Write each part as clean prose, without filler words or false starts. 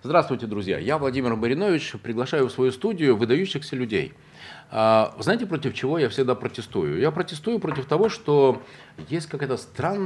Здравствуйте, друзья. Я Владимир Маринович, приглашаю в свою студию выдающихся людей. Знаете, против чего я всегда протестую? Я протестую против того, что есть какое-то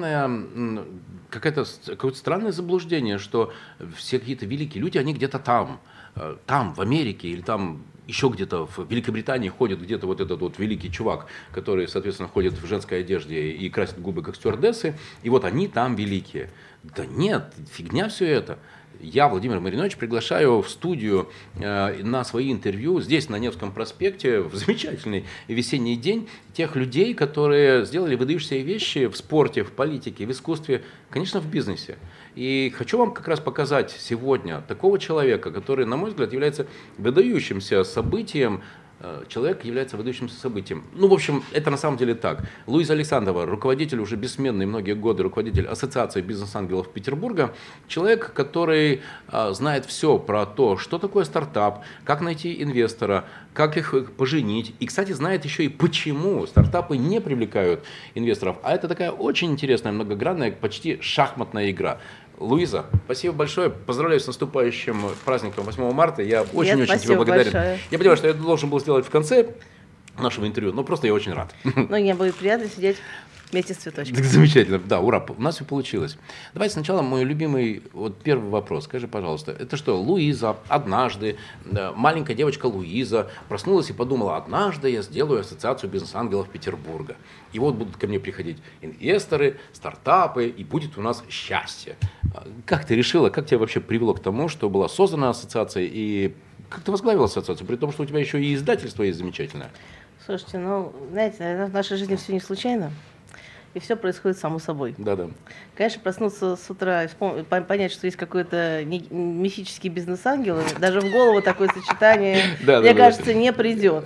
странное заблуждение, что все какие-то великие люди, они где-то там, в Америке или там еще где-то в Великобритании ходит где-то вот этот вот великий чувак, который, соответственно, ходит в женской одежде и красит губы как стюардессы, и вот они там великие. Да нет, фигня все это. Я, Владимир Маринович, приглашаю в студию на свои интервью здесь, на Невском проспекте, в замечательный весенний день, тех людей, которые сделали выдающиеся вещи в спорте, в политике, в искусстве, конечно, в бизнесе. И хочу вам как раз показать сегодня такого человека, который, на мой взгляд, является выдающимся событием. Человек является выдающимся событием. Ну, в общем, это на самом деле так. Луиза Александрова, руководитель уже бессменный многие годы, руководитель Ассоциации бизнес-ангелов Петербурга. Человек, который знает все про то, что такое стартап, как найти инвестора, как их поженить. И, кстати, знает еще и почему стартапы не привлекают инвесторов. А это такая очень интересная, многогранная, почти шахматная игра. Луиза, спасибо большое. Поздравляю с наступающим праздником 8 марта. Я очень-очень тебе благодарен. Большое. Я понимаю, что я должен был сделать в конце нашего интервью, но просто я очень рад. Ну, мне будет приятно сидеть вместе с цветочком. Замечательно. Да, ура, у нас все получилось. Давайте сначала мой любимый первый вопрос. Скажи, пожалуйста, это что, Луиза однажды, маленькая девочка Луиза, проснулась и подумала, однажды я сделаю ассоциацию бизнес-ангелов Петербурга. И вот будут ко мне приходить инвесторы, стартапы, и будет у нас счастье. Как ты решила, как тебя вообще привело к тому, что была создана ассоциация, и как ты возглавила ассоциацию, при том, что у тебя еще и издательство есть замечательное? Слушайте, ну, знаете, в нашей жизни все не случайно. И все происходит само собой. Да. Конечно, проснуться с утра и понять, что есть какой-то мифический бизнес-ангел, даже в голову такое сочетание, мне кажется, не придет.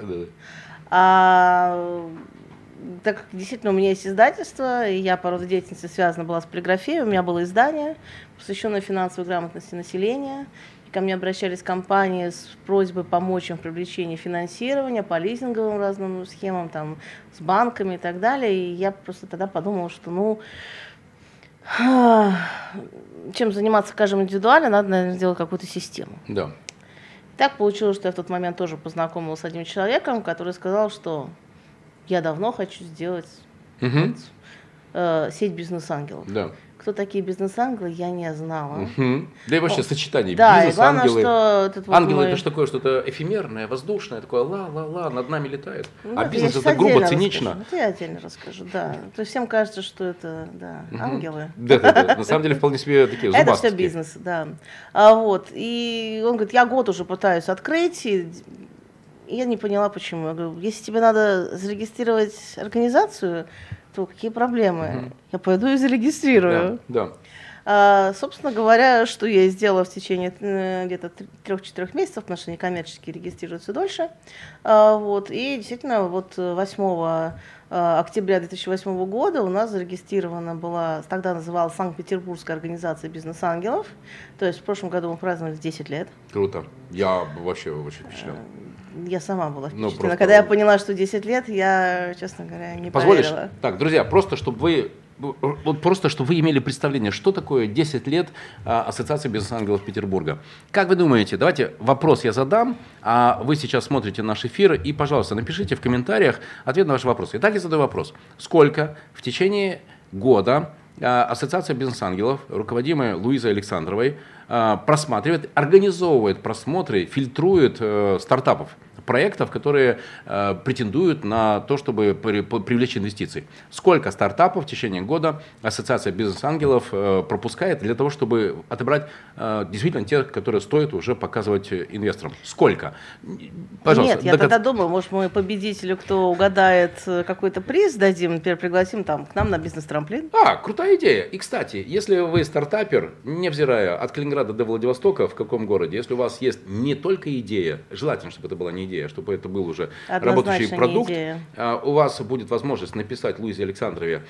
Так как действительно у меня есть издательство, и я по роду деятельности связана была с полиграфией, у меня было издание, посвященное финансовой грамотности населения. Ко мне обращались компании с просьбой помочь им в привлечении финансирования по лизинговым разным схемам, там, с банками и так далее. И я просто тогда подумала, что, чем заниматься, скажем, индивидуально, надо, наверное, сделать какую-то систему. Да. Так получилось, что я в тот момент тоже познакомилась с одним человеком, который сказал, что я давно хочу сделать сеть бизнес-ангелов. Да. Кто такие бизнес-ангелы, я не знала. Да и вообще сочетание бизнес-ангелы. Ангелы это же такое что-то эфемерное, воздушное, такое ла-ла-ла, над нами летает. А бизнес это грубо, цинично. Это я отдельно расскажу, да. То есть всем кажется, что это ангелы. Да. На самом деле вполне себе такие зубастые. Это все бизнес, да. И он говорит, я год уже пытаюсь открыть, и я не поняла, почему. Я говорю, если тебе надо зарегистрировать организацию, то какие проблемы? Я пойду и зарегистрирую. Да. Собственно говоря, что я и сделала в течение где-то 3-4 месяцев, потому что они коммерчески регистрируются дольше. И действительно, 8 октября 2008 года у нас зарегистрирована была, тогда называлась Санкт-Петербургская организация бизнес-ангелов. То есть в прошлом году мы праздновали 10 лет. Круто. Я вообще очень впечатлен. Я сама была впечатлена. Когда я поняла, что 10 лет, я, честно говоря, не поверила. Так, друзья, просто чтобы вы имели представление, что такое 10 лет Ассоциации бизнес-ангелов Петербурга. Как вы думаете, давайте вопрос я задам, а вы сейчас смотрите наш эфир, и, пожалуйста, напишите в комментариях ответ на ваш вопрос. Итак, я задаю вопрос. Сколько в течение года Ассоциация бизнес-ангелов, руководимая Луизой Александровой, просматривает, организовывает просмотры, фильтрует стартапов, проектов, которые претендуют на то, чтобы привлечь инвестиции. Сколько стартапов в течение года Ассоциация бизнес-ангелов пропускает для того, чтобы отобрать действительно тех, которые стоит уже показывать инвесторам? Сколько? Пожалуйста. Нет, я тогда думаю, может, мы победителю, кто угадает какой-то приз, дадим, например, пригласим к нам на бизнес-трамплин. Крутая идея. И, кстати, если вы стартапер, невзирая от Калининграда до Владивостока, в каком городе, если у вас есть не только идея, желательно, чтобы это была не идея, чтобы это был уже работающий продукт, у вас будет возможность написать Луизе Александровой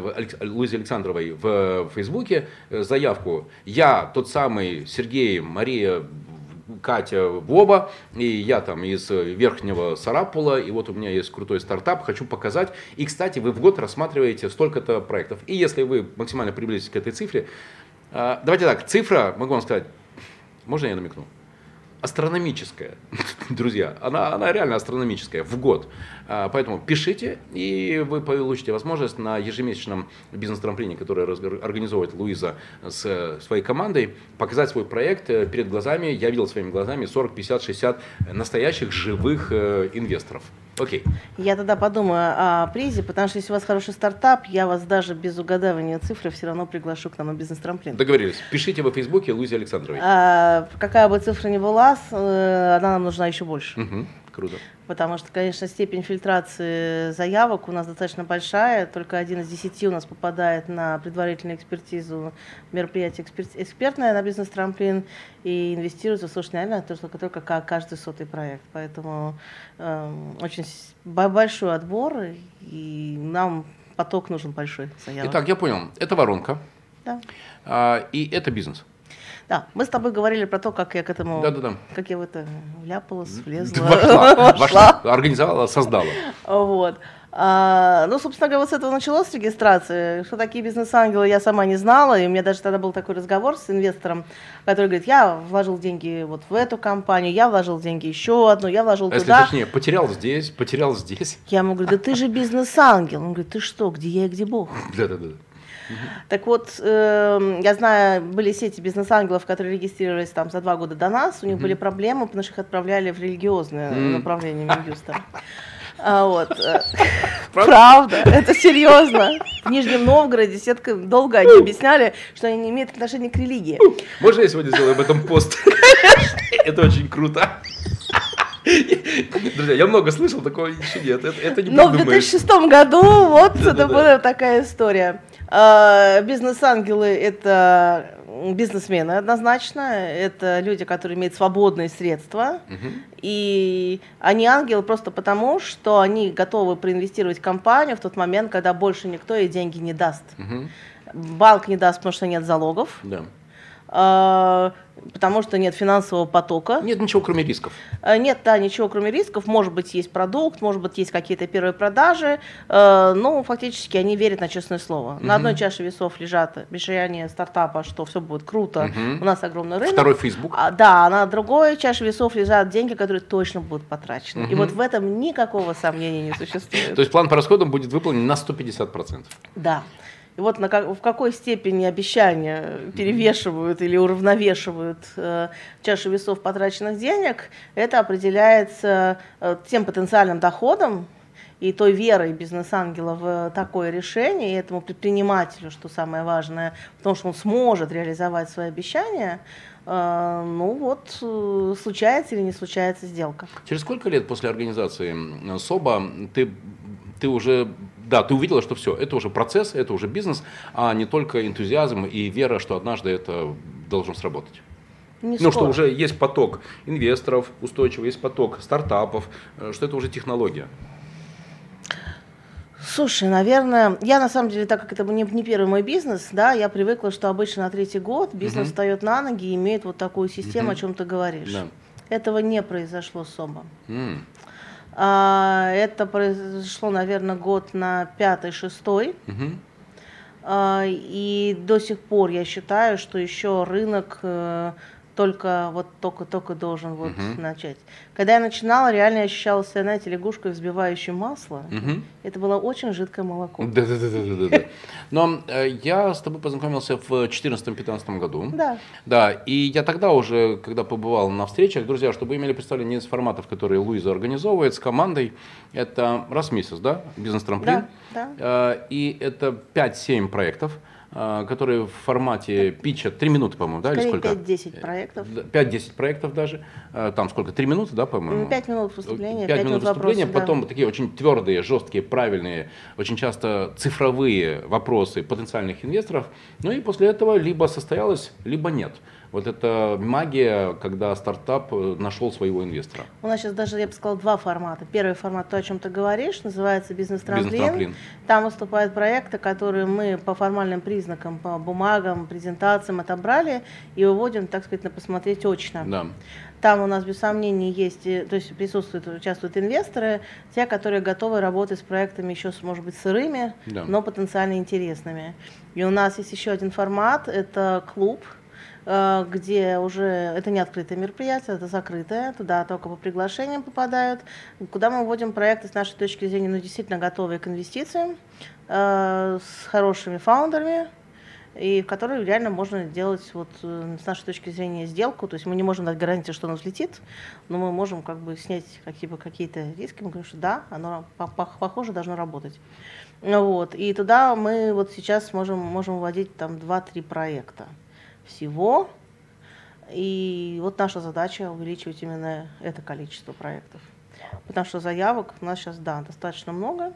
в Фейсбуке заявку. Я тот самый Сергей, Мария, Катя, Вова, и я там из Верхнего Сарапула, и вот у меня есть крутой стартап, хочу показать. И, кстати, вы в год рассматриваете столько-то проектов. И если вы максимально приблизитесь к этой цифре, давайте так, цифра, могу вам сказать, Можно я намекну? Астрономическая, друзья, она реально астрономическая в год. Поэтому пишите, и вы получите возможность на ежемесячном бизнес-трамплине, который организовывает Луиза с своей командой, показать свой проект перед глазами. Я видел своими глазами 40, 50, 60 настоящих живых инвесторов. Окей. Я тогда подумаю о призе, потому что если у вас хороший стартап, я вас даже без угадывания цифры все равно приглашу к нам на бизнес-трамплин. Договорились. Пишите во Фейсбуке Луизе Александровой. Какая бы цифра ни была, она нам нужна еще больше. Угу. Круто. Потому что, конечно, степень фильтрации заявок у нас достаточно большая. Только 1 из 10 у нас попадает на предварительную экспертизу мероприятие экспертное на бизнес-трамплин и инвестируется в слушание, наверное, только каждый 100-й проект. Поэтому очень большой отбор, и нам поток нужен большой заявок. Итак, я понял. Это воронка. Да. И это бизнес. Да, мы с тобой говорили про то, как я к этому, Да. как я в это вляпалась, влезла. Вошла, организовала, создала. Вот. Ну, собственно говоря, вот с этого началось с регистрации. Что такие бизнес-ангелы, я сама не знала. И у меня даже тогда был такой разговор с инвестором, который говорит, я вложил деньги вот в эту компанию, я вложил деньги еще одну, я вложил туда. Если точнее, потерял здесь. Я ему говорю, да ты же бизнес-ангел. Он говорит, ты что, где я и где Бог? Да. Так вот, я знаю, были сети бизнес-ангелов, которые регистрировались там за 2 года до нас, у них были проблемы, потому что их отправляли в религиозное направление Минюста. Правда, это серьезно. В Нижнем Новгороде долго они объясняли, что они не имеют отношения к религии. Можно я сегодня сделаю об этом пост? Это очень круто. Друзья, я много слышал, такого еще нет. Это не Но в 2006 году вот это была такая история. Бизнес-ангелы – это бизнесмены однозначно, это люди, которые имеют свободные средства, и они ангелы просто потому, что они готовы проинвестировать в компанию в тот момент, когда больше никто ей деньги не даст. Банк не даст, потому что нет залогов. Да. Потому что нет финансового потока. Нет ничего, кроме рисков. Нет, да, ничего, кроме рисков. Может быть, есть продукт, может быть, есть какие-то первые продажи, но фактически они верят на честное слово. На одной чаше весов лежат обещания стартапа, что все будет круто, у нас огромный рынок. Второй Facebook. Да, а на другой чаше весов лежат деньги, которые точно будут потрачены. И вот в этом никакого сомнения не существует. То есть план по расходам будет выполнен на 150%. Да. И вот в какой степени обещания перевешивают или уравновешивают чашу весов потраченных денег, это определяется тем потенциальным доходом и той верой бизнес-ангела в такое решение, и этому предпринимателю, что самое важное, в том, что он сможет реализовать свои обещания, случается или не случается сделка. Через сколько лет после организации СОБА ты уже... Да, ты увидела, что все, это уже процесс, это уже бизнес, а не только энтузиазм и вера, что однажды это должно сработать. Что уже есть поток инвесторов устойчивый, есть поток стартапов, что это уже технология. Слушай, наверное, я на самом деле, так как это не первый мой бизнес, да, я привыкла, что обычно на 3-й год бизнес встает на ноги и имеет вот такую систему, о чем ты говоришь. Да. Этого не произошло с СОБА. Это произошло, наверное, год на 5-6. И до сих пор я считаю, что еще рынок только должен начать. Когда я начинала, реально я ощущала себя, знаете, лягушкой, взбивающей масло. Это было очень жидкое молоко. Да. Но я с тобой познакомился в 2014-2015 году. Да. Да, и я тогда уже, когда побывал на встречах, друзья, чтобы вы имели представление из форматов, которые Луиза организовывает с командой, это раз в месяц, да, бизнес-трамплин. Да. И это 5-7 проектов, которые в формате питча 3 минуты, по-моему, да, или сколько? 5-10 проектов. 5-10 проектов даже. Там сколько? 3 минуты, да, по-моему? 5 минут выступления, 5 минут выступления, вопросов, потом такие очень твердые, жесткие, правильные, очень часто цифровые вопросы потенциальных инвесторов. Ну и после этого либо состоялось, либо нет. Вот это магия, когда стартап нашел своего инвестора. У нас сейчас даже, я бы сказала, 2 формата. Первый формат, то, о чем ты говоришь, называется бизнес-трамплин. Там выступают проекты, которые мы по формальным признакам, по бумагам, презентациям отобрали и выводим, так сказать, на посмотреть очно. Да. Там у нас без сомнений есть, то есть присутствуют, участвуют инвесторы, те, которые готовы работать с проектами еще, может быть, сырыми, но потенциально интересными. И у нас есть еще один формат, это клуб, где уже это не открытое мероприятие, это закрытое, туда только по приглашениям попадают, куда мы вводим проекты с нашей точки зрения, ну, действительно готовые к инвестициям, с хорошими фаундерами, и в которой реально можно делать вот, с нашей точки зрения сделку. То есть мы не можем дать гарантии, что оно взлетит, но мы можем как бы снять какие-то риски. Мы говорим, что да, оно похоже должно работать. Вот. И туда мы вот сейчас можем вводить там 2-3 проекта всего. И вот наша задача увеличивать именно это количество проектов. Потому что заявок у нас сейчас, да, достаточно много.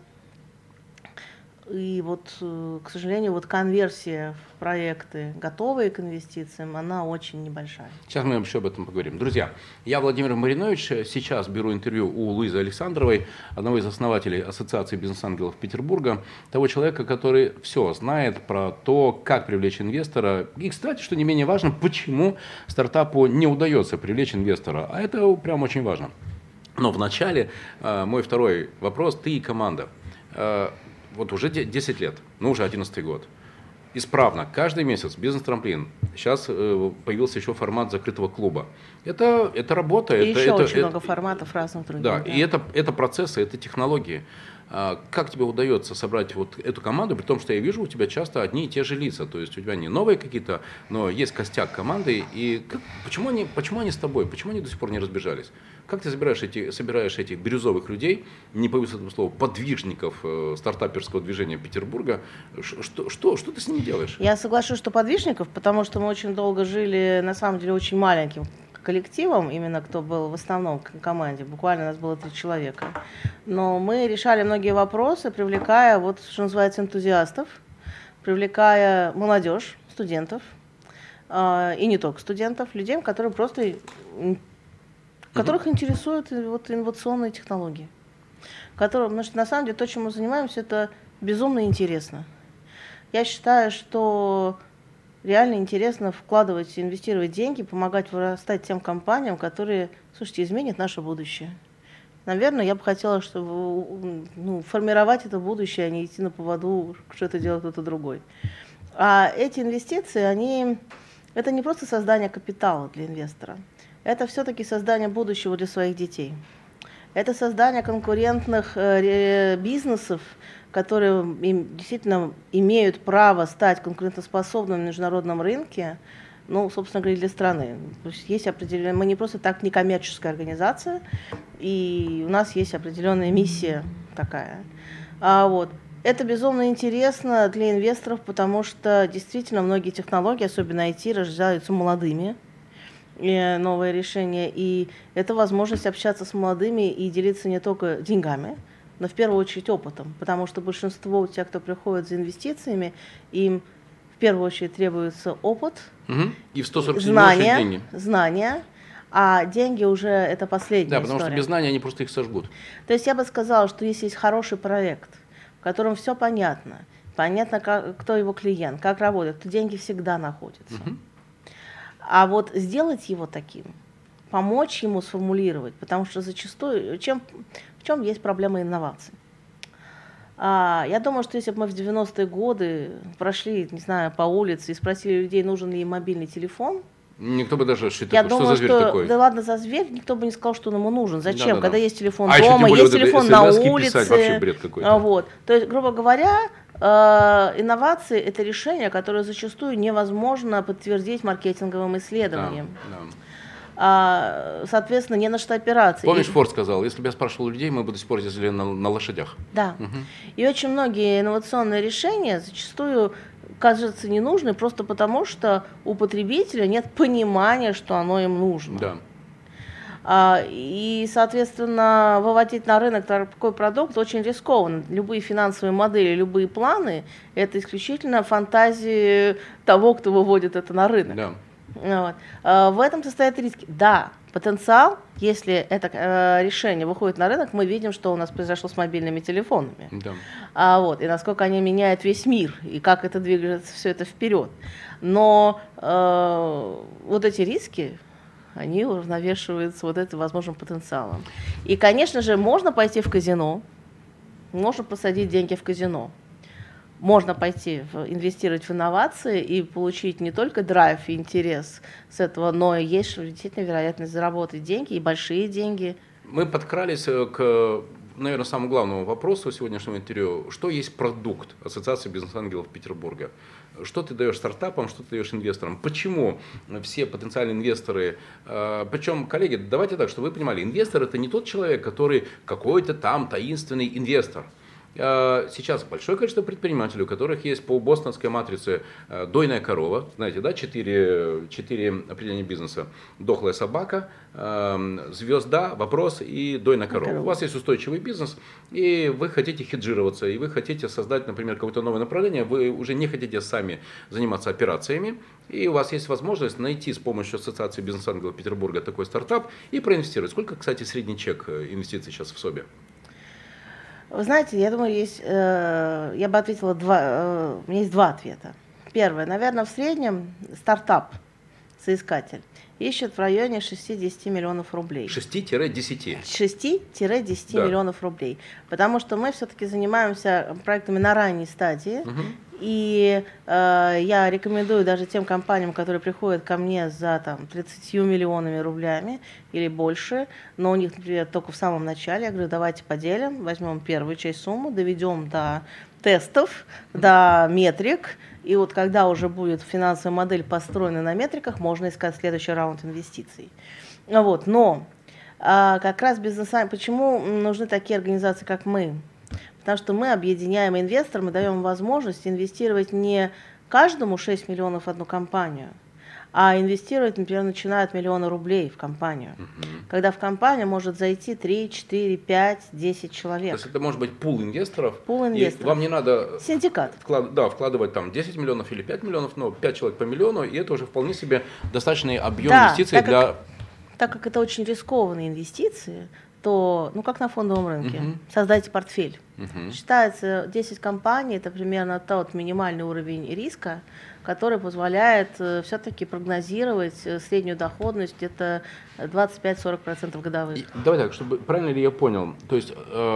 И вот, к сожалению, вот конверсия в проекты, готовые к инвестициям, она очень небольшая. Сейчас мы еще об этом поговорим. Друзья, я Владимир Маринович. Сейчас беру интервью у Луизы Александровой, одного из основателей Ассоциации бизнес-ангелов Петербурга, того человека, который все знает про то, как привлечь инвестора. И, кстати, что не менее важно, почему стартапу не удается привлечь инвестора. А это прям очень важно. Но вначале мой второй вопрос. Ты и команда. Вот уже 10 лет, ну уже 11-й год. Исправно, каждый месяц бизнес-трамплин. Сейчас появился еще формат закрытого клуба. Это работа. И еще очень много форматов разных других. Да, и это процессы, это технологии. Как тебе удается собрать вот эту команду, при том, что я вижу у тебя часто одни и те же лица, то есть у тебя не новые какие-то, но есть костяк команды, и почему они с тобой, почему они до сих пор не разбежались? Как ты собираешь этих бирюзовых людей, не побоюсь этого слова, подвижников стартаперского движения Петербурга, что ты с ними делаешь? Я соглашусь, что подвижников, потому что мы очень долго жили, на самом деле, очень маленьким коллективом, именно кто был в основном в команде, буквально нас было 3 человека. Но мы решали многие вопросы, привлекая, вот что называется, энтузиастов, привлекая молодежь, студентов, и не только студентов, людей, которые просто, которых интересуют вот инновационные технологии. Потому что на самом деле то, чем мы занимаемся, это безумно интересно. Я считаю, что реально интересно вкладывать, инвестировать деньги, помогать вырастать тем компаниям, которые, слушайте, изменят наше будущее. Наверное, я бы хотела, чтобы формировать это будущее, а не идти на поводу, что это делает кто-то другой. А эти инвестиции, это не просто создание капитала для инвестора, это все-таки создание будущего для своих детей. Это создание конкурентных бизнесов, которые действительно имеют право стать конкурентоспособными на международном рынке, ну, собственно говоря, для страны. То есть есть определенная, мы не просто так некоммерческая организация, и у нас есть определенная миссия такая. Вот. Это безумно интересно для инвесторов, потому что действительно многие технологии, особенно IT, рождаются молодыми. Новые решения, и это возможность общаться с молодыми и делиться не только деньгами, но в первую очередь опытом, потому что большинство тех, кто приходит за инвестициями, им в первую очередь требуется опыт, и в 147 знания, а деньги уже это последняя история. Да, потому что без знаний они просто их сожгут. То есть я бы сказала, что если есть хороший проект, в котором все понятно, кто его клиент, как работает, то деньги всегда находятся. А вот сделать его таким, помочь ему сформулировать, потому что зачастую, в чем есть проблема инноваций? Я думаю, что если бы мы в 90-е годы прошли, не знаю, по улице и спросили людей, нужен ли им мобильный телефон, никто бы даже что за зверь такой? Да ладно, за зверь, никто бы не сказал, что он ему нужен. Зачем? Да. Когда есть телефон дома, есть телефон на улице. Вообще бред какой-то. Вот. То есть, грубо говоря, инновации – это решение, которое зачастую невозможно подтвердить маркетинговым исследованием. Соответственно, не на что опираться. Помнишь, Форд сказал, если бы я спрашивал людей, мы бы до сих пор ездили на лошадях. Да. И очень многие инновационные решения зачастую кажутся ненужны просто потому, что у потребителя нет понимания, что оно им нужно. Да. И, соответственно, выводить на рынок такой продукт очень рискованно. Любые финансовые модели, любые планы – это исключительно фантазии того, кто выводит это на рынок. Да. Вот. В этом состоят риски. Да, потенциал, если это решение выходит на рынок, мы видим, что у нас произошло с мобильными телефонами. Да. И насколько они меняют весь мир, и как это двигается все это вперед. Но вот эти риски, они уравновешиваются вот этим возможным потенциалом. И, конечно же, можно пойти в казино, можно посадить деньги в казино. можно пойти инвестировать в инновации и получить не только драйв и интерес с этого, но и есть действительно вероятность заработать деньги, и большие деньги. Мы подкрались к, наверное, самому главному вопросу сегодняшнего интервью. Что есть продукт Ассоциации бизнес-ангелов Петербурга? Что ты даешь стартапам, что ты даешь инвесторам? Почему все потенциальные инвесторы, причем, коллеги, давайте так, чтобы вы понимали, инвестор — это не тот человек, который какой-то там таинственный инвестор. Сейчас большое количество предпринимателей, у которых есть по бостонской матрице дойная корова, знаете, да, 4 определения бизнеса: дохлая собака, звезда, вопрос и дойная корова. У вас есть устойчивый бизнес, и вы хотите хеджироваться, и вы хотите создать, например, какое-то новое направление, вы уже не хотите сами заниматься операциями, и у вас есть возможность найти с помощью Ассоциации бизнес-ангелов Петербурга такой стартап и проинвестировать. Сколько, кстати, средний чек инвестиций сейчас в СОБе? Вы знаете, я думаю, я бы ответила у меня есть два ответа. Первое, наверное, в среднем стартап-соискатель ищет в районе 6-10 миллионов рублей. 6-10? 6-10 да. миллионов рублей. Потому что мы все-таки занимаемся проектами на ранней стадии. И я рекомендую даже тем компаниям, которые приходят ко мне за 30 миллионами рублями или больше, но у них, например, только в самом начале, я говорю, давайте поделим, возьмем первую часть суммы, доведем до тестов, до метрик, и вот когда уже будет финансовая модель построена на метриках, можно искать следующий раунд инвестиций. Вот, но как раз почему нужны такие организации, как мы? Потому что мы объединяем инвесторов, мы даем возможность инвестировать не каждому 6 миллионов в одну компанию, а инвестировать, например, начиная от миллиона рублей в компанию. Когда в компанию может зайти 3, 4, 5, 10 человек. То есть это может быть пул инвесторов. Пул инвесторов. И вам не надо синдикат. Вкладывать там 10 миллионов или 5 миллионов, но 5 человек по миллиону, и это уже вполне себе достаточный объем инвестиций для... Так как это очень рискованные инвестиции, то, как на фондовом рынке, создайте портфель. Считается, 10 компаний – это примерно тот минимальный уровень риска, который позволяет все-таки прогнозировать среднюю доходность где-то 25-40% годовых. Давай так, чтобы правильно ли я понял, то есть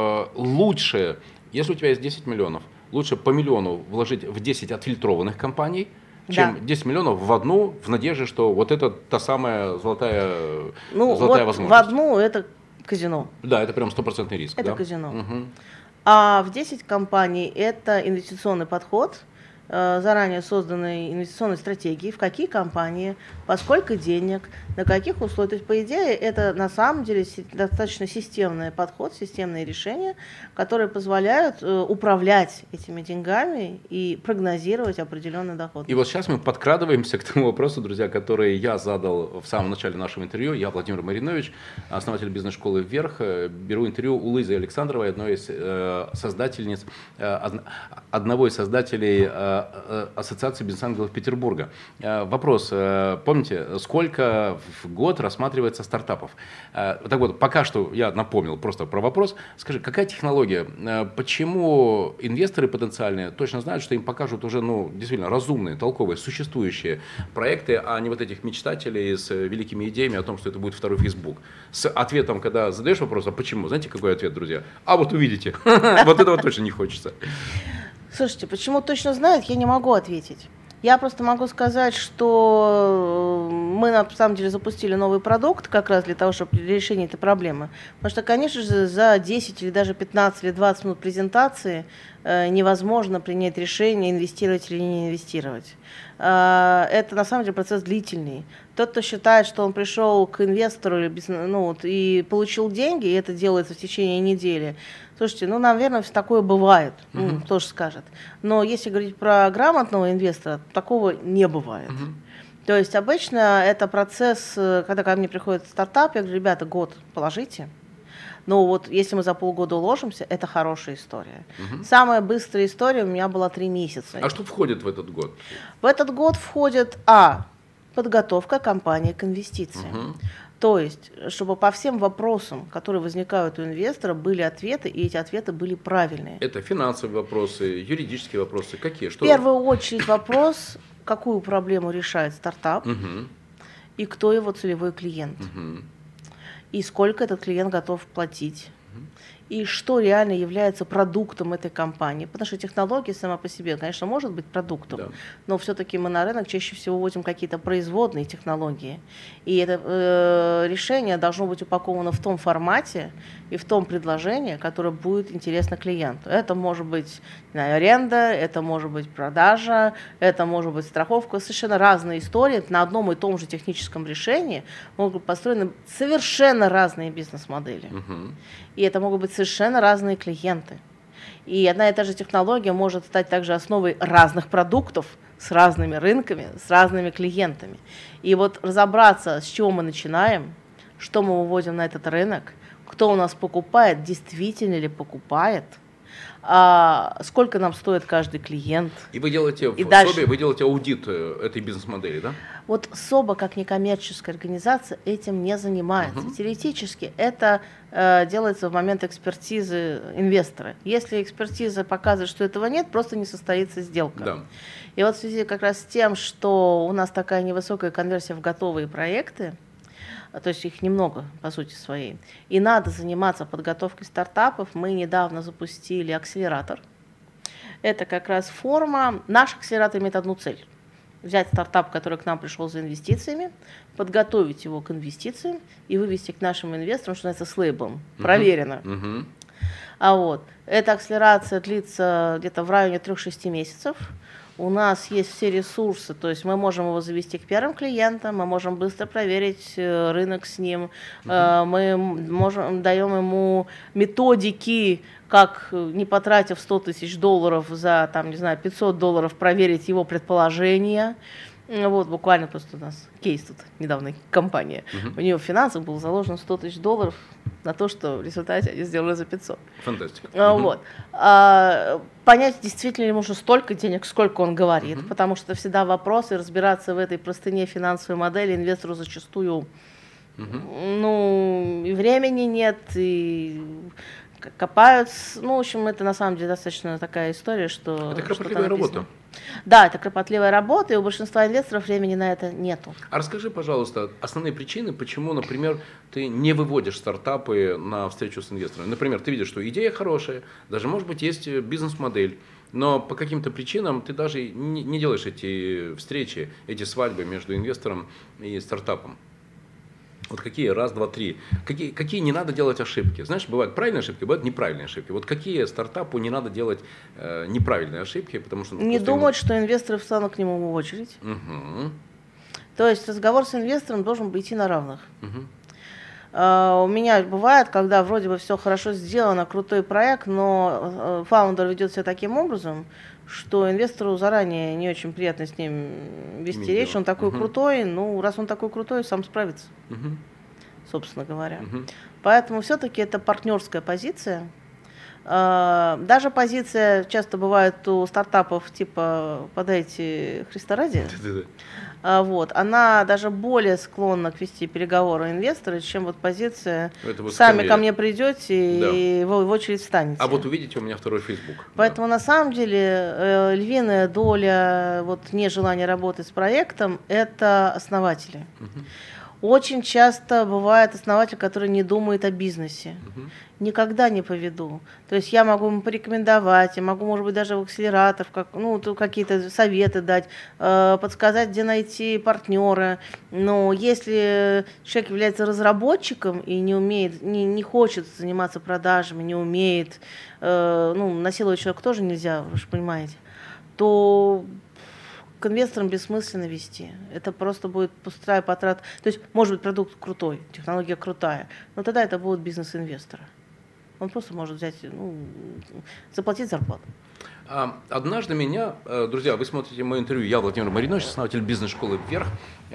лучше, если у тебя есть 10 миллионов, лучше по миллиону вложить в 10 отфильтрованных компаний, чем 10 миллионов в одну, в надежде, что вот это та самая золотая возможность. В одну это казино. Да, это прям 100% риск. Это казино. А в 10 компаний это инвестиционный подход, заранее созданной инвестиционной стратегии, в какие компании, по сколько денег, на каких условиях. То есть, по идее, это на самом деле достаточно системный подход, системные решения, которые позволяют управлять этими деньгами и прогнозировать определенный доход. И вот сейчас мы подкрадываемся к тому вопросу, друзья, который я задал в самом начале нашего интервью. Я Владимир Маринович, основатель бизнес-школы «Вверх». Беру интервью у Лизы Александровой, одной из создательниц, одного из создателей Ассоциации бизнес-ангелов Петербурга. Вопрос. Помните, сколько в год рассматривается стартапов? Так вот, пока что я напомнил просто про вопрос. Скажи, какая технология? Почему инвесторы потенциальные точно знают, что им покажут уже действительно разумные, толковые, существующие проекты, а не вот этих мечтателей с великими идеями о том, что это будет второй Facebook? С ответом, когда задаешь вопрос, а почему? Знаете, какой ответ, друзья? А вот увидите. Вот этого точно не хочется. Слушайте, почему точно знают, я не могу ответить. Я просто могу сказать, что мы на самом деле запустили новый продукт как раз для того, чтобы решение этой проблемы. Потому что, конечно же, за 10 или даже 15 или 20 минут презентации невозможно принять решение, инвестировать или не инвестировать. Это на самом деле процесс длительный. Тот, кто считает, что он пришел к инвестору и получил деньги, и это делается в течение недели, слушайте, наверное, такое бывает, тоже скажет. Но если говорить про грамотного инвестора, такого не бывает. То есть обычно это процесс, когда ко мне приходит стартап, я говорю, ребята, год положите. Но вот если мы за полгода уложимся, это хорошая история. Самая быстрая история у меня была 3 месяца. А что входит в этот год? В этот год входит подготовка компании к инвестициям. То есть, чтобы по всем вопросам, которые возникают у инвестора, были ответы, и эти ответы были правильные. Это финансовые вопросы, юридические вопросы. Какие? Что? В первую очередь вопрос, какую проблему решает стартап, и кто его целевой клиент. И сколько этот клиент готов платить. и что реально является продуктом этой компании. Потому что технология сама по себе, конечно, может быть продуктом, да, но все-таки мы на рынок чаще всего вводим какие-то производные технологии. И это решение должно быть упаковано в том формате и в том предложении, которое будет интересно клиенту. Это может быть, не знаю, аренда, это может быть продажа, это может быть страховка. Совершенно разные истории. На одном и том же техническом решении могут быть построены совершенно разные бизнес-модели. И это могут быть совершенно разные клиенты. И одна и та же технология может стать также основой разных продуктов с разными рынками, с разными клиентами. И вот разобраться, с чего мы начинаем, что мы выводим на этот рынок, кто у нас покупает, действительно ли покупает, сколько нам стоит каждый клиент. И вы делаете в СОБе, вы делаете аудит этой бизнес-модели, да? Вот СОБа, как некоммерческая организация, этим не занимается. Теоретически это делается в момент экспертизы инвестора. Если экспертиза показывает, что этого нет, просто не состоится сделка. Да. И вот в связи как раз с тем, что у нас такая невысокая конверсия в готовые проекты, то есть их немного, по сути своей, и надо заниматься подготовкой стартапов, мы недавно запустили акселератор. Это как раз форма. Наш акселератор имеет одну цель. Взять стартап, который к нам пришел за инвестициями, подготовить его к инвестициям и вывести к нашим инвесторам, что называется, с лейблом. Проверено. Эта акселерация длится где-то в районе 3-6 месяцев. У нас есть все ресурсы, то есть мы можем его завести к первым клиентам, мы можем быстро проверить рынок с ним, мы даем ему методики, как, не потратив $100 000 за, там, не знаю, $500, проверить его предположения. Вот, буквально просто у нас кейс тут недавно, компания. У нее в финансах был заложен $100 000 на то, что в результате они сделали за 500. Фантастика. Вот. Понять, действительно ли нужно столько денег, сколько он говорит, потому что всегда вопрос, и разбираться в этой простыне финансовой модели инвестору зачастую ну, и времени нет, и копают. Ну, в общем, это на самом деле достаточно такая история, что... Это кропотливая работа. Да, это кропотливая работа, и у большинства инвесторов времени на это нету. А расскажи, пожалуйста, основные причины, почему, например, ты не выводишь стартапы на встречу с инвесторами. Например, ты видишь, что идея хорошая, даже, может быть, есть бизнес-модель, но по каким-то причинам ты даже не делаешь эти встречи, эти свадьбы между инвестором и стартапом. Вот какие, раз, два, три. Какие не надо делать ошибки? Знаешь, бывают правильные ошибки, бывают неправильные ошибки. Вот какие стартапу не надо делать неправильные ошибки? Потому что, не думать, что инвесторы встанут к нему в очередь. То есть разговор с инвестором должен идти на равных. У меня бывает, когда вроде бы все хорошо сделано, крутой проект, но фаундер ведет себя таким образом, что инвестору заранее не очень приятно с ним вести речь. Он такой крутой, ну, раз он такой крутой, сам справится, собственно говоря. Поэтому все-таки это партнерская позиция. Даже позиция часто бывает у стартапов типа «подайте Христа ради». Вот, она даже более склонна к вести переговоры инвесторы, чем вот позиция «сами ко мне придете и в очередь встанете». А вот увидите, у меня второй Facebook. Поэтому на самом деле львиная доля вот, нежелания работать с проектом – это основатели. Очень часто бывает основатель, который не думает о бизнесе. Никогда не поведу. То есть я могу ему порекомендовать, я могу, может быть, даже в акселератор, какие-то советы дать, подсказать, где найти партнера. Но если человек является разработчиком и не умеет, не хочет заниматься продажами, не умеет, насиловать человека тоже нельзя, вы же понимаете, то к инвесторам бессмысленно вести. Это просто будет пустая потрата. То есть, может быть, продукт крутой, технология крутая, но тогда это будет бизнес инвестора. Он просто может взять, заплатить зарплату. Однажды меня, друзья, вы смотрите мое интервью, я Владимир Маринович, основатель бизнес-школы «Вверх».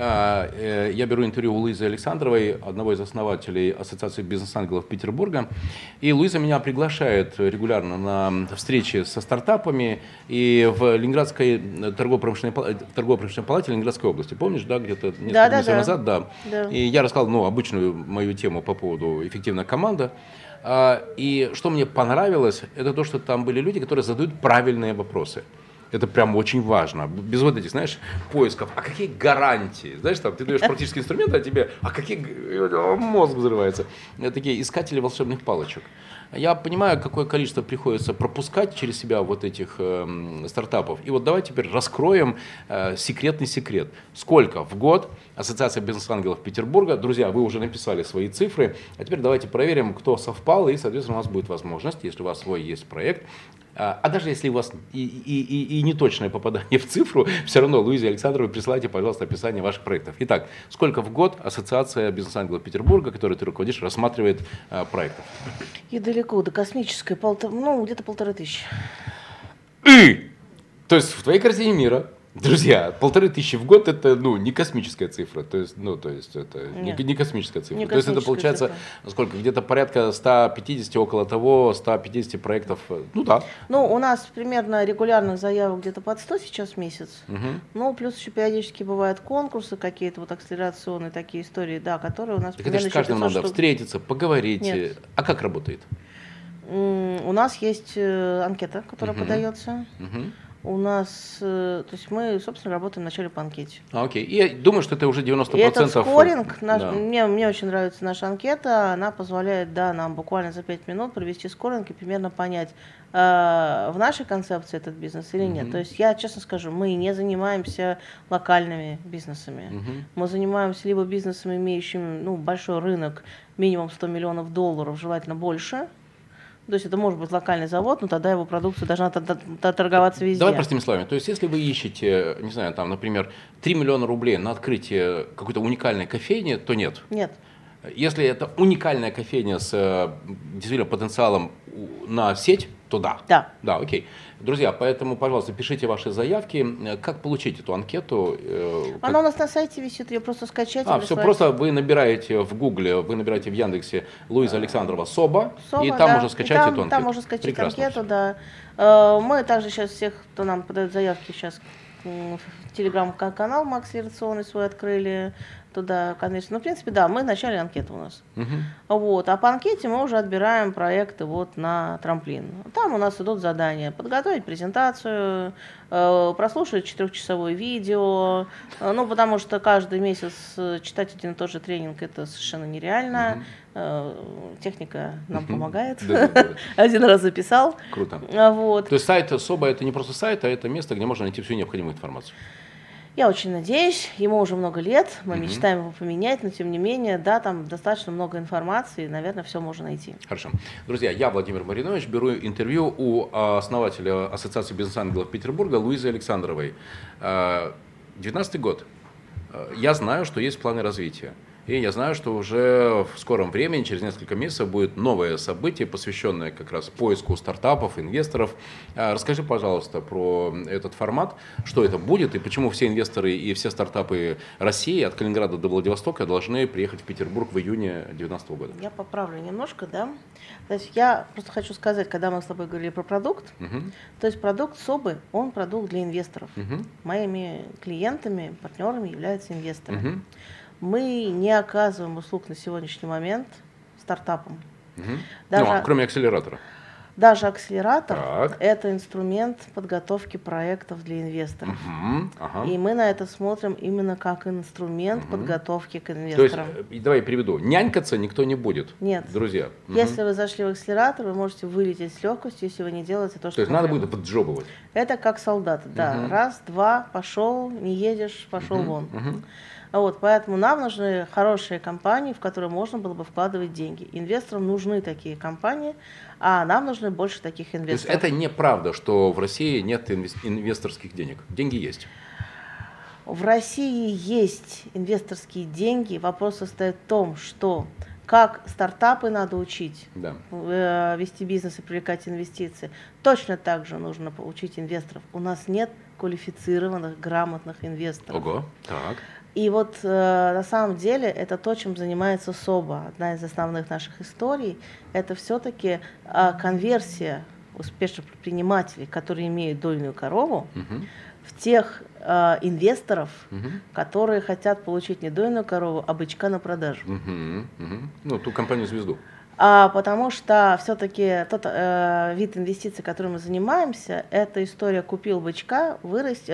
Я беру интервью у Луизы Александровой, одного из основателей Ассоциации бизнес-ангелов Петербурга. И Луиза меня приглашает регулярно на встречи со стартапами и в Ленинградской торгово-промышленной палате Ленинградской области. Помнишь, да, где-то несколько месяцев назад? Да. И я рассказал обычную мою тему по поводу «Эффективная команда». И что мне понравилось, это то, что там были люди, которые задают правильные вопросы. Это прям очень важно. Без вот этих, знаешь, поисков. А какие гарантии? Знаешь, там ты даешь практические инструменты, а тебе, мозг взрывается. Такие искатели волшебных палочек. Я понимаю, какое количество приходится пропускать через себя вот этих стартапов. И вот давайте теперь раскроем секретный секрет. Сколько в год Ассоциация бизнес-ангелов Петербурга, друзья, вы уже написали свои цифры, а теперь давайте проверим, кто совпал, и, соответственно, у вас будет возможность, если у вас свой есть проект, а даже если у вас и неточное попадание в цифру, все равно Луизе Александровой присылайте, пожалуйста, описание ваших проектов. Итак, сколько в год Ассоциация бизнес-ангелов Петербурга, которой ты руководишь, рассматривает проектов? И далеко, до космической, где-то 1500. То есть в твоей картине мира, друзья, 1500 в год это не космическая цифра, то есть это не космическая цифра. То есть это получается сколько? Где-то порядка 150, около того, 150 проектов. Ну да. Ну, у нас примерно регулярных заявок где-то под 100 сейчас в месяц. Ну, плюс еще периодически бывают конкурсы, какие-то вот акселерационные такие истории, да, которые у нас примерно. Это же с каждым надо встретиться, поговорить. Нет. А как работает? У нас есть анкета, которая подается. У нас, то есть мы, собственно, работаем вначале по анкете. Окей. И я думаю, что это уже 90%. И этот скоринг, да. мне очень нравится наша анкета, она позволяет, нам буквально за 5 минут провести скоринг и примерно понять, в нашей концепции этот бизнес или нет. То есть я честно скажу, мы не занимаемся локальными бизнесами. Мы занимаемся либо бизнесами, имеющими большой рынок, минимум $100 миллионов, желательно больше. То есть это может быть локальный завод, но тогда его продукция должна торговаться везде. Давай простыми словами. То есть если вы ищете, не знаю, там, например, 3 миллиона рублей на открытие какой-то уникальной кофейни, то нет. Нет. Если это уникальная кофейня с действительно потенциалом на сеть, то да. Да. Да, окей. Друзья, поэтому, пожалуйста, пишите ваши заявки. Как получить эту анкету? Она у нас на сайте висит, ее просто скачать. Все просто вы набираете в Гугле, вы набираете в Яндексе Луиза Александрова СОБА, и там да. можно скачать эту анкету. Там можно скачать Прекрасно анкету, да. Мы также сейчас всех, кто нам подает заявки, сейчас в телеграм-канал мы акселерационный свой открыли. Туда, конечно. Ну, в принципе, да, мы в начале анкеты у нас. Вот. А по анкете мы уже отбираем проекты на трамплин. Там у нас идут задания. Подготовить презентацию, прослушать 4-часовое видео. Потому что каждый месяц читать один и тот же тренинг это совершенно нереально. Техника нам помогает. Один раз записал. Круто. Вот. То есть сайт СОБА это не просто сайт, а это место, где можно найти всю необходимую информацию. Я очень надеюсь, ему уже много лет, мы мечтаем его поменять, но тем не менее, да, там достаточно много информации, и, наверное, все можно найти. Хорошо. Друзья, я, Владимир Маринович, беру интервью у основателя Ассоциации бизнес-ангелов Петербурга Луизы Александровой. 2019 год. Я знаю, что есть планы развития. И я знаю, что уже в скором времени, через несколько месяцев, будет новое событие, посвященное как раз поиску стартапов, инвесторов. Расскажи, пожалуйста, про этот формат, что это будет и почему все инвесторы и все стартапы России от Калининграда до Владивостока должны приехать в Петербург в июне 2019 года. Я поправлю немножко, да. То есть я просто хочу сказать, когда мы с тобой говорили про продукт, то есть продукт СОБы, он продукт для инвесторов. Моими клиентами, партнерами являются инвесторы. Мы не оказываем услуг на сегодняшний момент стартапам. Кроме акселератора. Даже акселератор – это инструмент подготовки проектов для инвесторов. И мы на это смотрим именно как инструмент подготовки к инвесторам. То есть, давай я переведу, нянькаться никто не будет, нет, друзья. Если вы зашли в акселератор, вы можете вылететь с легкостью, если вы не делаете то, что То есть надо будет поджобывать. Это как солдат, да. Раз, два, пошел, не едешь, пошел вон. Вот, поэтому нам нужны хорошие компании, в которые можно было бы вкладывать деньги. Инвесторам нужны такие компании, а нам нужны больше таких инвесторов. То есть это неправда, что в России нет инвесторских денег? Деньги есть? В России есть инвесторские деньги. Вопрос состоит в том, что как стартапы надо учить, вести бизнес и привлекать инвестиции. Точно так же нужно учить инвесторов. У нас нет квалифицированных, грамотных инвесторов. Ого, так. И вот на самом деле это то, чем занимается СОБА. Одна из основных наших историй – это все-таки конверсия успешных предпринимателей, которые имеют дойную корову, в тех инвесторов, которые хотят получить не дойную корову, а бычка на продажу. Ну, ту компанию-звезду. Потому что все-таки тот вид инвестиций, которым мы занимаемся, это история купил бычка,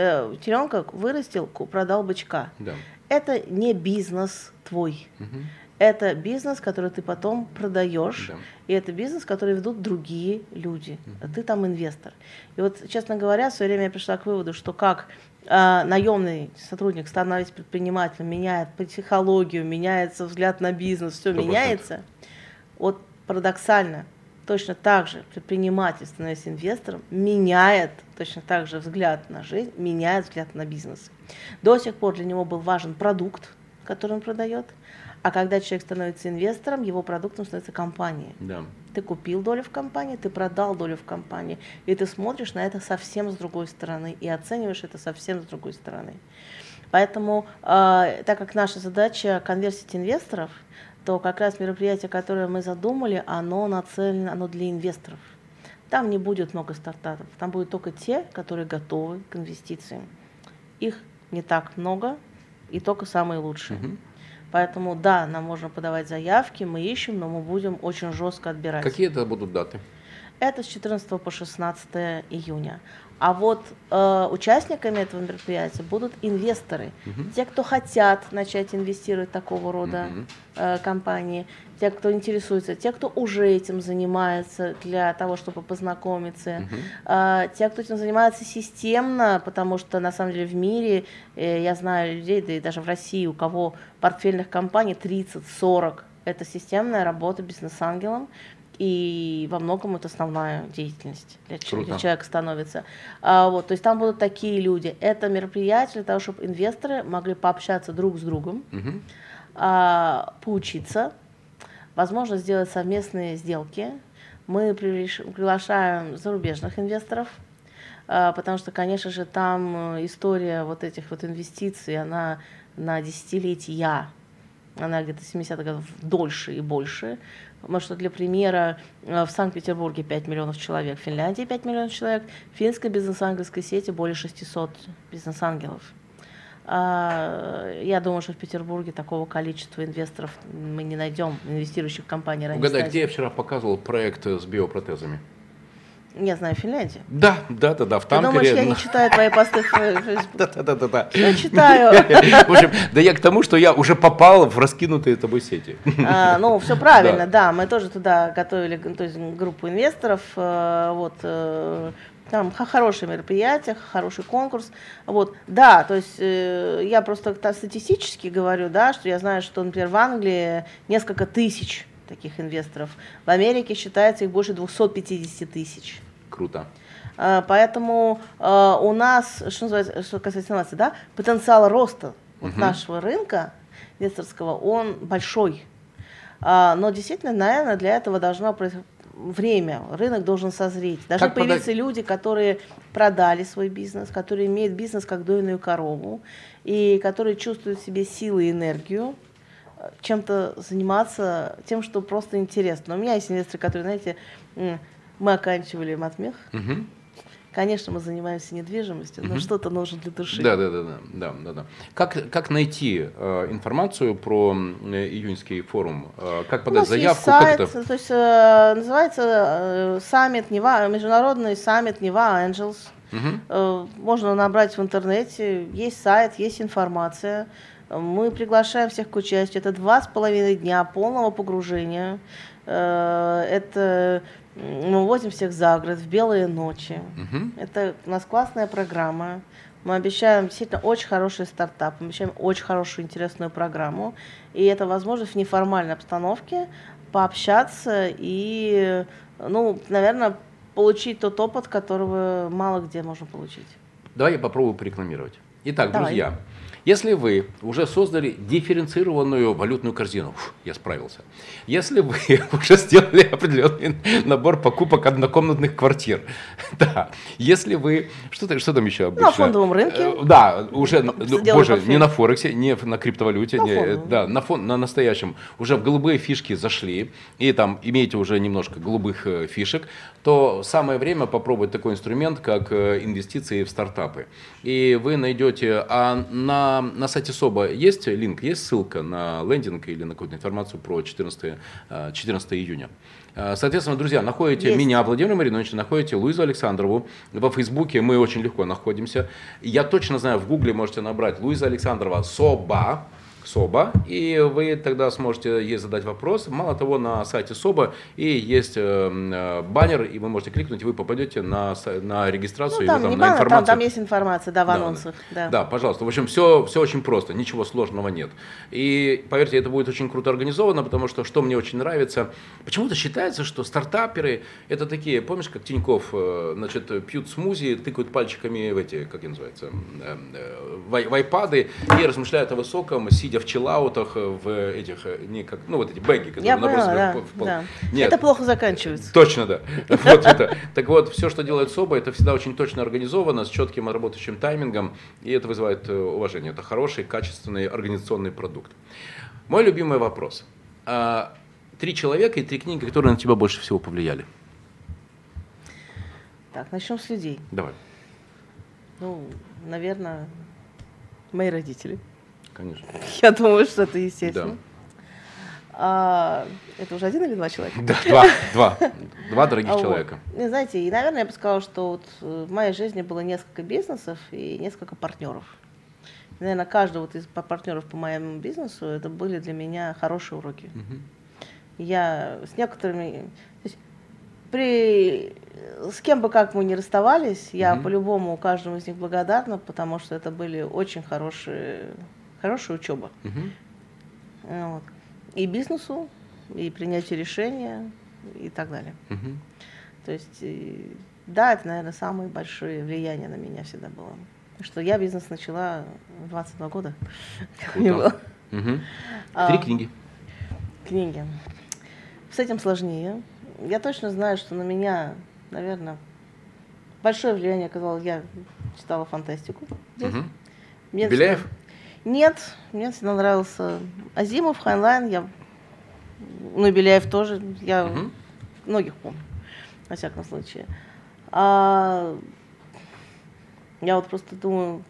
теленка вырастил, продал бычка. Да. Это не бизнес твой. Это бизнес, который ты потом продаешь, Да. и это бизнес, который ведут другие люди. А ты там инвестор. И вот, честно говоря, в свое время я пришла к выводу, что как наемный сотрудник становится предпринимателем, меняет психологию, меняется взгляд на бизнес, все 100%. меняется. Вот парадоксально, точно так же предприниматель, становясь инвестором, меняет точно так же взгляд на жизнь, меняет взгляд на бизнес. До сих пор для него был важен продукт, который он продает, а когда человек становится инвестором, его продуктом становится компания. Да. Ты купил долю в компании, ты продал долю в компании, и ты смотришь на это совсем с другой стороны и оцениваешь это совсем с другой стороны. Поэтому, так как наша задача конверсить инвесторов, то как раз мероприятие, которое мы задумали, оно нацелено, оно для инвесторов. Там не будет много стартапов, там будут только те, которые готовы к инвестициям. Их не так много, и только самые лучшие. Поэтому да, нам можно подавать заявки, мы ищем, но мы будем очень жестко отбирать. Какие это будут даты? Это с 14 по 16 июня. А вот участниками этого мероприятия будут инвесторы, те, кто хотят начать инвестировать такого рода компании, те, кто интересуется, те, кто уже этим занимается для того, чтобы познакомиться, те, кто этим занимается системно, потому что на самом деле в мире, я знаю людей, да и даже в России, у кого портфельных компаний 30-40, это системная работа бизнес-ангелом. И во многом это основная деятельность для человека становится. То есть там будут такие люди. Это мероприятие для того, чтобы инвесторы могли пообщаться друг с другом, поучиться, возможно, сделать совместные сделки. Мы приглашаем зарубежных инвесторов, потому что, конечно же, там история вот этих вот инвестиций, она на десятилетия, она где-то 70-х годов дольше и больше. Потому что, для примера, в Санкт-Петербурге 5 миллионов человек, в Финляндии 5 миллионов человек, в финской бизнес-ангельской сети более 600 бизнес-ангелов. Я думаю, что в Петербурге такого количества инвесторов мы не найдем, инвестирующих в компании ранней Угадай, стадии. где я вчера показывал проект с биопротезами? Я знаю, Финляндия. Да, в Тампере. Ты думаешь, я не читаю твои посты в Фейсбуке? Да. Я читаю. В общем, да я к тому, что я уже попал в раскинутые тобой сети. Ну, все правильно, да. Мы тоже туда готовили, то есть, группу инвесторов. Там хорошее мероприятие, хороший конкурс. Да, то есть я просто статистически говорю, да, что я знаю, что, например, в Англии несколько тысяч таких инвесторов. В Америке считается их больше 250 тысяч. Круто. Поэтому у нас, что называется, что касается инноваций, да, потенциал роста нашего рынка инвесторского, он большой. Но действительно, наверное, для этого должно происходить время, рынок должен созреть. Должны появиться люди, которые продали свой бизнес, которые имеют бизнес как дойную корову, и которые чувствуют в себе силы и энергию, чем-то заниматься тем, что просто интересно. У меня есть инвесторы, которые, знаете, мы оканчивали матмех. Конечно, мы занимаемся недвижимостью, но что-то нужно для души. Да. Как найти информацию про июньский форум? Как подать заявку? Сайт, то есть называется саммит Нева, международный саммит Нева Angels. Можно набрать в интернете, есть сайт, есть информация. Мы приглашаем всех к участию. Это 2,5 дня полного погружения. Это мы возим всех за город в белые ночи. Это у нас классная программа. Мы обещаем действительно очень хороший стартап, мы обещаем очень хорошую интересную программу. И это возможность в неформальной обстановке пообщаться и, наверное, получить тот опыт, которого мало где можно получить. Давай я попробую порекламировать. Итак, друзья, если вы уже создали дифференцированную валютную корзину, я справился. Если вы уже сделали определенный набор покупок однокомнатных квартир, да. Если вы что там еще обычно? На фондовом рынке. Да, уже, не на Форексе, не на криптовалюте, на настоящем. Уже в голубые фишки зашли, и там имеете уже немножко голубых фишек, то самое время попробовать такой инструмент, как инвестиции в стартапы. И вы найдете, на сайте СОБА есть линк, есть ссылка на лендинг или на какую-то информацию про 14 июня. Соответственно, друзья, находите меня, Владимира Мариновича, находите Луизу Александрову. Во Фейсбуке мы очень легко находимся. Я точно знаю, в Гугле можете набрать Луиза Александрова СОБА. СОБА, и вы тогда сможете ей задать вопрос. Мало того, на сайте СОБА и есть баннер, и вы можете кликнуть, и вы попадете на регистрацию, там, и не на баннер, информацию. Там есть информация, да, в анонсах. Да, пожалуйста. В общем, все очень просто, ничего сложного нет. И поверьте, это будет очень круто организовано, потому что мне очень нравится, почему-то считается, что стартаперы это такие, помнишь, как Тинькофф, значит, пьют смузи, тыкают пальчиками в эти, как называется, в айпады и размышляют о высоком, сидя в чиллаутах, в этих, не как, вот эти бэги, которые я поняла, да. Нет. Это плохо заканчивается. Точно, да. Вот это. Так вот, все, что делает СОБА, это всегда очень точно организовано, с четким работающим таймингом, и это вызывает уважение. Это хороший, качественный организационный продукт. Мой любимый вопрос. 3 человека и 3 книги, которые на тебя больше всего повлияли. Так, начнем с людей. Давай. Наверное, мои родители. Конечно. Я думаю, что это естественно. Да. Это уже 1 или 2 человека? Да, два дорогих человека. Вот. Знаете, и, наверное, я бы сказала, что в моей жизни было несколько бизнесов и несколько партнеров. И, наверное, каждый из партнеров по моему бизнесу, это были для меня хорошие уроки. Я с некоторыми... С кем бы как мы ни расставались, я по-любому каждому из них благодарна, потому что это были очень хорошая учеба. Вот. И бизнесу, и принятию решения, и так далее. То есть, да, это, наверное, самое большое влияние на меня всегда было. Что я бизнес начала в 22 года. Круто. 3 книги. Книги. С этим сложнее. Я точно знаю, что на меня, наверное, большое влияние оказало. Я читала фантастику. Беляев? Нет, мне всегда нравился Азимов, Хайнлайн. Беляев тоже. Я многих помню, во всяком случае. Я вот просто думаю,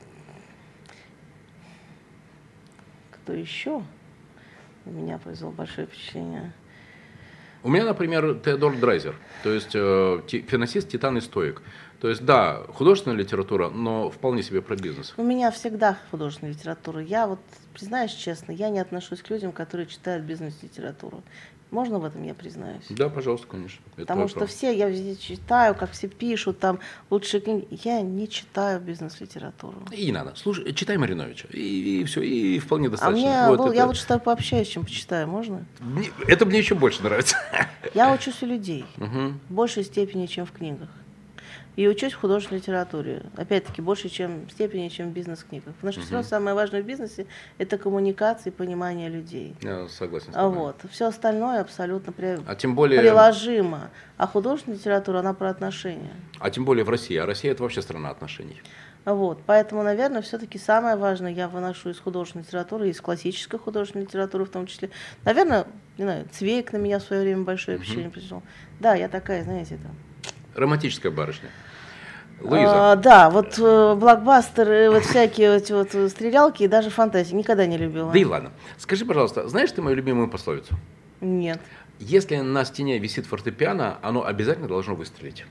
кто еще на меня произвел большое впечатление. У меня, например, Теодор Драйзер, то есть финансист, титан и стоик. То есть, да, художественная литература, но вполне себе про бизнес. У меня всегда художественная литература. Я вот, признаюсь честно, я не отношусь к людям, которые читают бизнес-литературу. Можно в этом я признаюсь? Да, пожалуйста, конечно. Потому что я везде читаю, как все пишут, там лучшие книги. Я не читаю бизнес-литературу. И не надо. Слушай, читай Мариновича, и все, и вполне достаточно. Я лучше с тобой пообщаюсь, чем почитаю, можно? Это мне еще больше нравится. Я учусь у людей в большей степени, чем в книгах. И учусь в художественной литературе. Опять-таки, больше степени, чем в бизнес-книгах. Потому что все равно самое важное в бизнесе – это коммуникация и понимание людей. Я согласен с тобой. Вот. Все остальное абсолютно тем более... приложимо. А художественная литература, она про отношения. А тем более в России. А Россия – это вообще страна отношений. Вот. Поэтому, наверное, все-таки самое важное я выношу из художественной литературы, из классической художественной литературы в том числе. Наверное, не знаю, Цвейк на меня в свое время большое впечатление произвел. Да, я такая, знаете, там... Романтическая барышня. Луиза. Да, вот блокбастеры, вот всякие вот стрелялки и даже фантазии никогда не любила. Да и ладно. Скажи, пожалуйста, знаешь ты мою любимую пословицу? Нет. Если на стене висит фортепиано, оно обязательно должно выстрелить.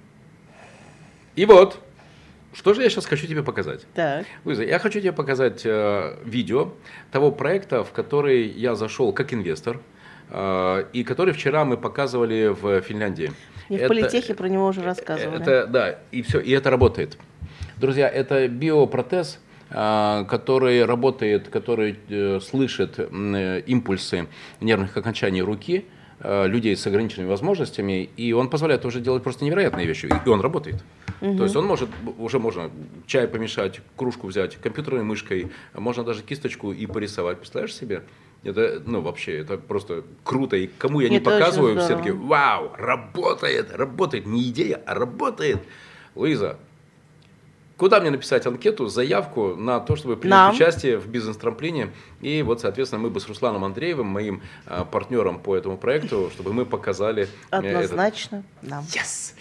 И вот, что же я сейчас хочу тебе показать? Так. Луиза, я хочу тебе показать видео того проекта, в который я зашел как инвестор, и который вчера мы показывали в Финляндии. И в политехе про него уже рассказывали. Да, и все, и это работает. Друзья, это биопротез, который работает, который слышит импульсы нервных окончаний руки людей с ограниченными возможностями, и он позволяет уже делать просто невероятные вещи, и он работает. То есть он можно чай помешать, кружку взять, компьютерной мышкой, можно даже кисточку и порисовать. Представляешь себе? Это, вообще, это просто круто. И кому я не показываю, все таки вау, работает. Не идея, а работает. Луиза, куда мне написать анкету, заявку на то, чтобы принять участие в бизнес-трамплине? И вот, соответственно, мы бы с Русланом Андреевым, моим партнером по этому проекту, чтобы мы показали... Однозначно нам. Yes!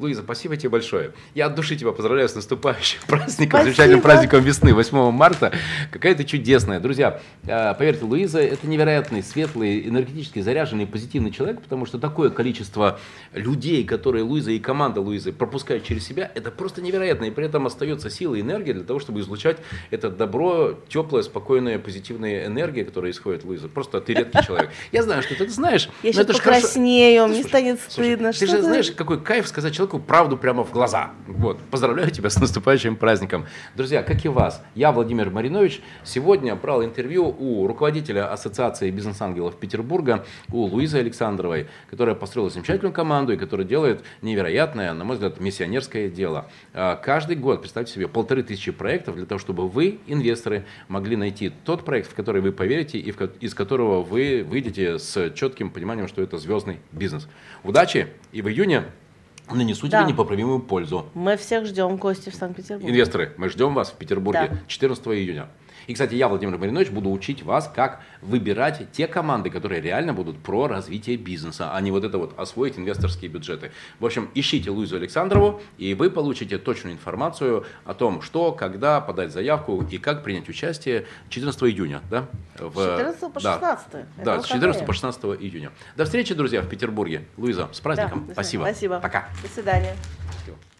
Луиза, спасибо тебе большое. Я от души тебя поздравляю с наступающим праздником, Спасибо. замечательным праздником весны, 8 марта. Какая ты чудесная. Друзья, поверьте, Луиза – это невероятный, светлый, энергетически заряженный, позитивный человек, потому что такое количество людей, которые Луиза и команда Луизы пропускают через себя, это просто невероятно. И при этом остается сила и энергия для того, чтобы излучать это добро, теплая, спокойная, позитивная энергия, которая исходит от Луизы. Просто ты редкий человек. Я знаю, что ты это знаешь. Я сейчас покраснею, мне станет стыдно. Ты же знаешь, какой кайф сказать человеку правду прямо в глаза. Вот. Поздравляю тебя с наступающим праздником. Друзья, как и вас, я, Владимир Маринович, сегодня брал интервью у руководителя Ассоциации бизнес-ангелов Петербурга, у Луизы Александровой, которая построила замечательную команду и которая делает невероятное, на мой взгляд, миссионерское дело. Каждый год, представьте себе, 1500 проектов для того, чтобы вы, инвесторы, могли найти тот проект, в который вы поверите и из которого вы выйдете с четким пониманием, что это звездный бизнес. Удачи и в июне нанесу тебе непоправимую пользу. Мы всех ждем, гости в Санкт-Петербурге. Инвесторы, мы ждем вас в Петербурге 14 июня. И, кстати, я, Владимир Маринович, буду учить вас, как выбирать те команды, которые реально будут про развитие бизнеса, а не вот это вот освоить инвесторские бюджеты. В общем, ищите Луизу Александрову, и вы получите точную информацию о том, что, когда подать заявку и как принять участие 14 июня. Да? С 14 по 16. Да, с 14 по 16 июня. До встречи, друзья, в Петербурге. Луиза, с праздником. Да, спасибо. Спасибо. Пока. До свидания. Спасибо.